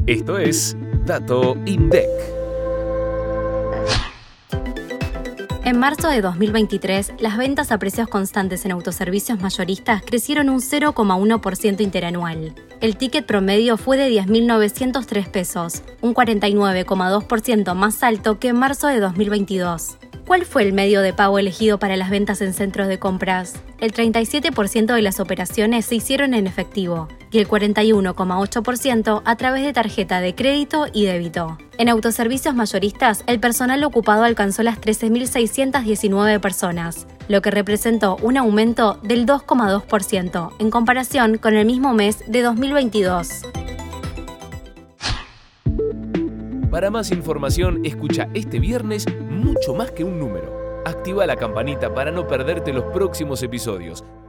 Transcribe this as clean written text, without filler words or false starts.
Esto es Dato INDEC. En marzo de 2023, las ventas a precios constantes en autoservicios mayoristas crecieron un 0,1% interanual. El ticket promedio fue de 10.903 pesos, un 49,2% más alto que en marzo de 2022. ¿Cuál fue el medio de pago elegido para las ventas en centros de compras? El 37% de las operaciones se hicieron en efectivo y el 41,8% a través de tarjeta de crédito y débito. En autoservicios mayoristas, el personal ocupado alcanzó las 13.619 personas, lo que representó un aumento del 2,2% en comparación con el mismo mes de 2022. Para más información, escucha este viernes Mucho Más que un Número. Activa la campanita para no perderte los próximos episodios.